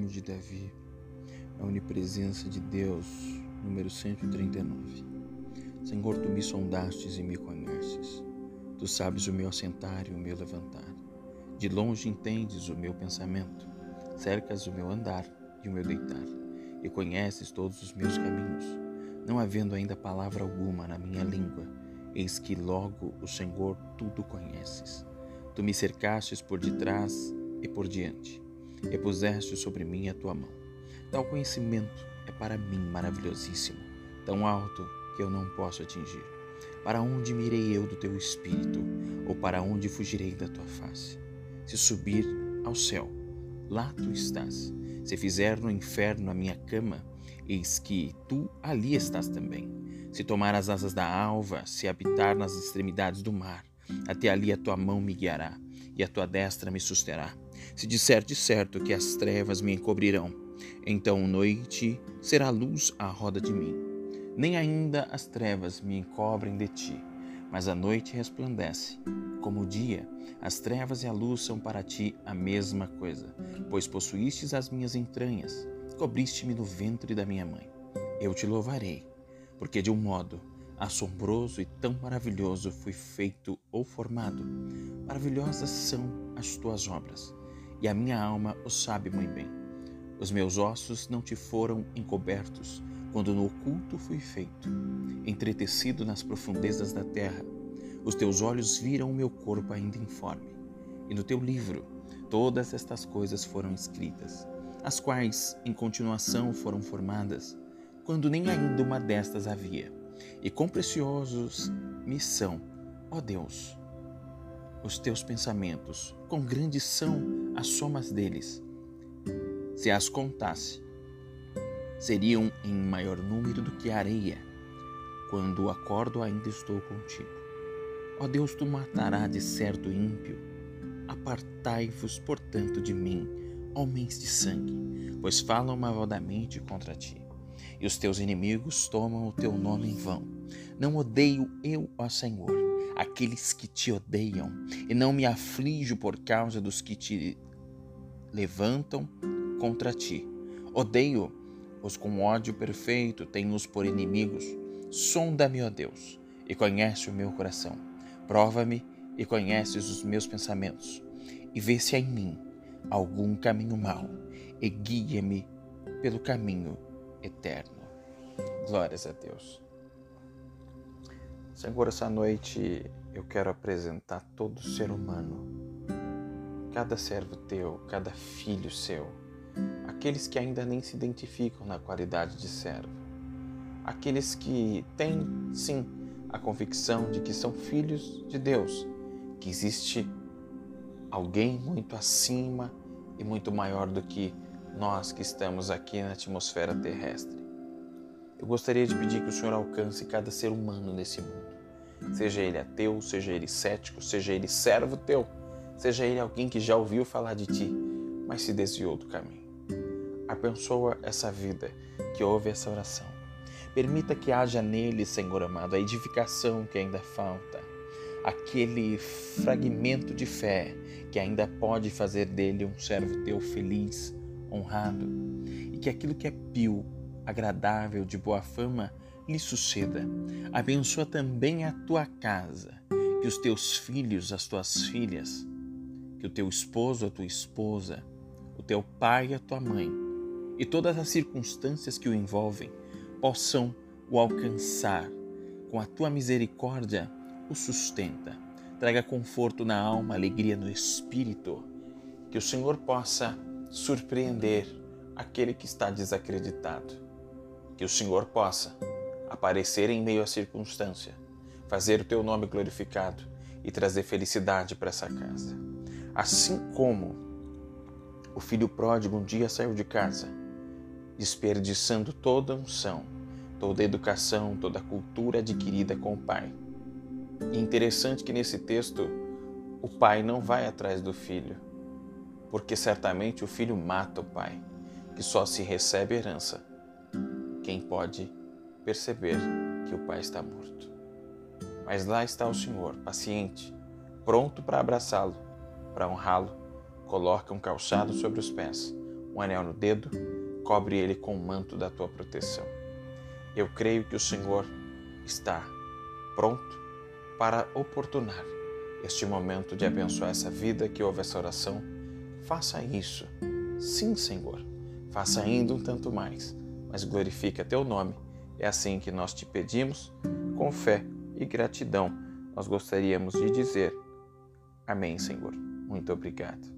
de Davi, a onipresença de Deus, número 139. Senhor, tu me sondastes e me conheces. Tu sabes o meu assentar e o meu levantar. De longe entendes o meu pensamento, cercas o meu andar e o meu deitar, e conheces todos os meus caminhos, não havendo ainda palavra alguma na minha língua. Eis que logo o Senhor tudo conheces. Tu me cercastes por detrás e por diante, e puseste sobre mim a tua mão. Tal conhecimento é para mim maravilhosíssimo, tão alto que eu não posso atingir. Para onde me irei eu do teu espírito, ou para onde fugirei da tua face? Se subir ao céu, lá tu estás. Se fizer no inferno a minha cama, eis que tu ali estás também. Se tomar as asas da alva, se habitar nas extremidades do mar, até ali a tua mão me guiará, e a tua destra me susterá. Se disser de certo que as trevas me encobrirão, então noite será luz à roda de mim. Nem ainda as trevas me encobrem de ti, mas a noite resplandece. Como o dia, as trevas e a luz são para ti a mesma coisa, pois possuístes as minhas entranhas, cobriste-me no ventre da minha mãe. Eu te louvarei, porque de um modo assombroso e tão maravilhoso fui feito ou formado. Maravilhosas são as tuas obras, e a minha alma o sabe muito bem. Os meus ossos não te foram encobertos, quando no oculto fui feito, entretecido nas profundezas da terra. Os teus olhos viram o meu corpo ainda informe, e no teu livro todas estas coisas foram escritas, as quais em continuação foram formadas, quando nem ainda uma destas havia. E quão preciosos me são, ó Deus, os teus pensamentos, quão grandes são as somas deles. Se as contasse, seriam em maior número do que a areia. Quando acordo ainda estou contigo. Ó Deus, tu matarás de certo ímpio. Apartai-vos, portanto, de mim, homens de sangue, pois falam malvadamente contra ti. E os teus inimigos tomam o teu nome em vão. Não odeio eu, ó Senhor, aqueles que te odeiam, e não me aflijo por causa dos que te levantam contra ti. Odeio-os com ódio perfeito, tenho-os por inimigos. Sonda-me, ó Deus, e conhece o meu coração. Prova-me e conheces os meus pensamentos, e vê se há em mim algum caminho mau, e guia-me pelo caminho eterno. Glórias a Deus. Senhor, essa noite eu quero apresentar todo ser humano, cada servo teu, cada filho seu, aqueles que ainda nem se identificam na qualidade de servo, aqueles que têm, sim, a convicção de que são filhos de Deus, que existe alguém muito acima e muito maior do que nós que estamos aqui na atmosfera terrestre. Eu gostaria de pedir que o Senhor alcance cada ser humano nesse mundo, seja ele ateu, seja ele cético, seja ele servo teu, seja ele alguém que já ouviu falar de ti, mas se desviou do caminho. Abençoa essa vida que ouve essa oração. Permita que haja nele, Senhor amado, a edificação que ainda falta, aquele fragmento de fé que ainda pode fazer dele um servo teu feliz, honrado, e que aquilo que é pio, agradável, de boa fama, lhe suceda. Abençoa também a tua casa, que os teus filhos, as tuas filhas, que o teu esposo, a tua esposa, o teu pai e a tua mãe, e todas as circunstâncias que o envolvem, possam o alcançar. Com a tua misericórdia, o sustenta. Traga conforto na alma, alegria no espírito. Que o Senhor possa surpreender aquele que está desacreditado. Que o Senhor possa aparecer em meio à circunstância, fazer o teu nome glorificado e trazer felicidade para essa casa. Assim como o filho pródigo um dia saiu de casa, desperdiçando toda a unção, toda a educação, toda a cultura adquirida com o pai. E interessante que nesse texto o pai não vai atrás do filho, porque certamente o filho mata o pai, que só se recebe herança quem pode perceber que o pai está morto. Mas lá está o Senhor, paciente, pronto para abraçá-lo, para honrá-lo, coloca um calçado sobre os pés, um anel no dedo, cobre ele com o manto da tua proteção. Eu creio que o Senhor está pronto para oportunar este momento de abençoar essa vida que ouve essa oração. Faça isso. Sim, Senhor. Faça ainda um tanto mais, mas glorifica teu nome. É assim que nós te pedimos, com fé e gratidão. Nós gostaríamos de dizer: Amém, Senhor. Muito obrigado.